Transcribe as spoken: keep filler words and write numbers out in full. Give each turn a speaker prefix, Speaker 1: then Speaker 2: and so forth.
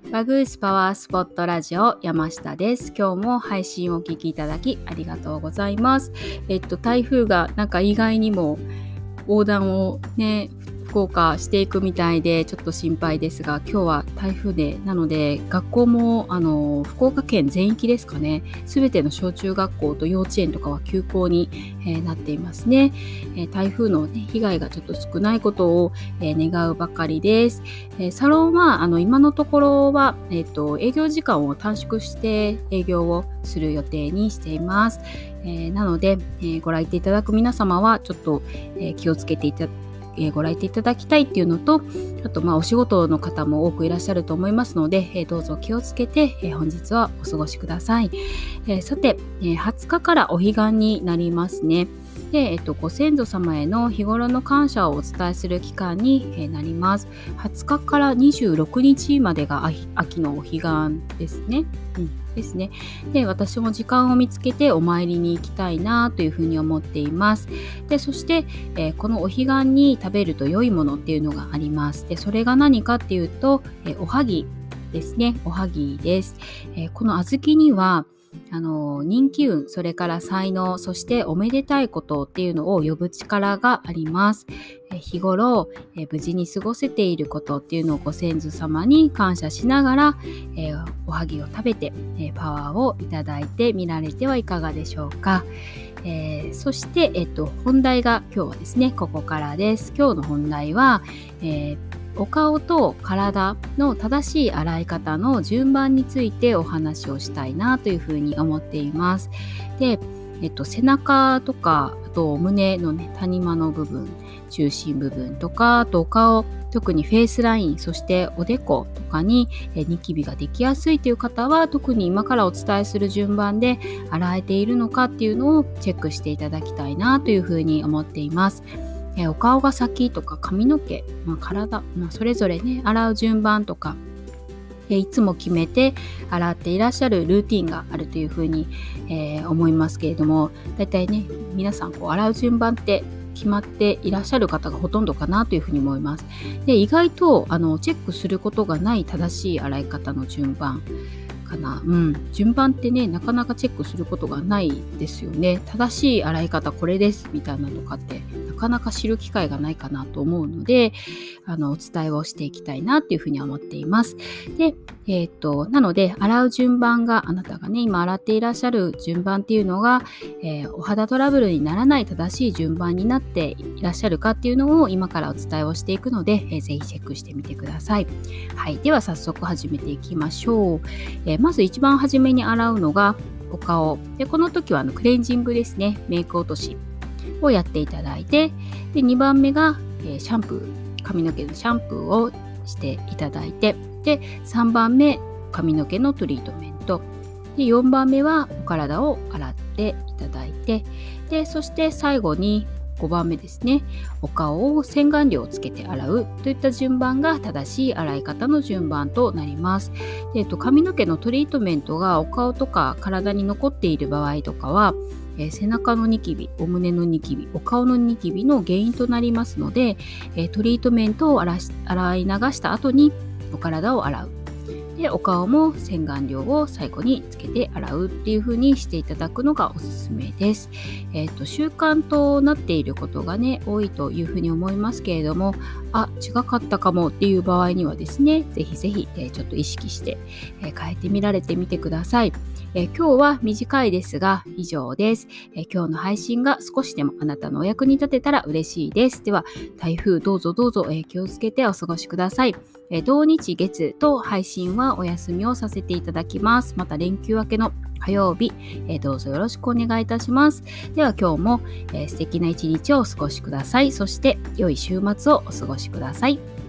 Speaker 1: バグースパワースポットラジオ山下です。今日も配信をお聞きいただきありがとうございます。えっと台風がなんか意外にも横断をね福岡していくみたいでちょっと心配ですが、今日は台風でなので学校もあの福岡県全域ですかね、すべての小中学校と幼稚園とかは休校に、えーなっていますね。えー台風の、ね、被害がちょっと少ないことを、えー願うばかりです。えーサロンはあの今のところは、えーと営業時間を短縮して営業をする予定にしています。えーなので、えーご来店いただく皆様はちょっと、えー気をつけていただえーご来店いただきたいっていうのと、あとまあお仕事の方も多くいらっしゃると思いますので、えーどうぞ気をつけて、えー本日はお過ごしください。えーさて、えーはつかからお彼岸になりますね。で、えっと、ご先祖様への日頃の感謝をお伝えする期間に、えーなります。はつかからにじゅうろくにちまでが秋秋のお彼岸ですね。うんですね。で、私も時間を見つけてお参りに行きたいなというふうに思っています。で、そして、えーこのお彼岸に食べると良いものっていうのがあります。で、それが何かっていうと、えーおはぎですね。おはぎです。えーこの小豆にはあの人気運、それから才能、そしておめでたいことっていうのを呼ぶ力があります。えー日頃、えー無事に過ごせていることっていうのをご先祖様に感謝しながら、えーおはぎを食べて、えーパワーをいただいてみられてはいかがでしょうか。えーそして、えっと、本題が今日はですね、ここからです。今日の本題は、えーお顔と体の正しい洗い方の順番についてお話をしたいなというふうに思っています。で、えっと、背中とか、あと胸のね、谷間の部分、中心部分とか、あとお顔、特にフェイスライン、そしておでことかにえニキビができやすいという方は、特に今からお伝えする順番で洗えているのかっていうのをチェックしていただきたいなというふうに思っています。えお顔が先とか髪の毛、まあ、体、まあ、それぞれね洗う順番とかえいつも決めて洗っていらっしゃるルーティンがあるというふうに、えー思いますけれども、だいたいね皆さんこう洗う順番って決まっていらっしゃる方がほとんどかなというふうに思います。で、意外とあのチェックすることがない正しい洗い方の順番かな、うん、順番ってねなかなかチェックすることがないですよね。正しい洗い方これですみたいなのとかってなかなか知る機会がないかなと思うので、あのお伝えをしていきたいなっていうふうに思っています。で、えーっとなので洗う順番があなたがね今洗っていらっしゃる順番っていうのが、えーお肌トラブルにならない正しい順番になっていらっしゃるかっていうのを今からお伝えをしていくので、えーぜひチェックしてみてください。はい、では早速始めていきましょう。えーまず一番初めに洗うのがお顔で、この時はあのクレンジングですね、メイク落としをやっていただいて、でにばんめが、えーシャンプー、髪の毛のシャンプーをしていただいて、でさんばんめ髪の毛のトリートメントで、よんばんめはお体を洗っていただいて、でそして最後にごばんめですね、お顔を洗顔料をつけて洗うといった順番が正しい洗い方の順番となります。で、えっと、髪の毛のトリートメントがお顔とか体に残っている場合とかは、えー背中のニキビ、お胸のニキビ、お顔のニキビの原因となりますので、えートリートメントを洗し洗い流した後にお体を洗う。で、お顔も洗顔料を最後につけて洗うっていう風にしていただくのがおすすめです。えっと、習慣となっていることがね、多いというふうに思いますけれども、あ、違かったかもっていう場合にはですね、ぜひぜひ、えーちょっと意識して、えー変えてみられてみてください。えー今日は短いですが以上です。えー今日の配信が少しでもあなたのお役に立てたら嬉しいです。では、台風どうぞどうぞ、えー気をつけてお過ごしください。えー土日月と配信はお休みをさせていただきます。また連休明けの火曜日、えーどうぞよろしくお願いいたします。では今日も、えー素敵な一日をお過ごしください。そして良い週末をお過ごしください。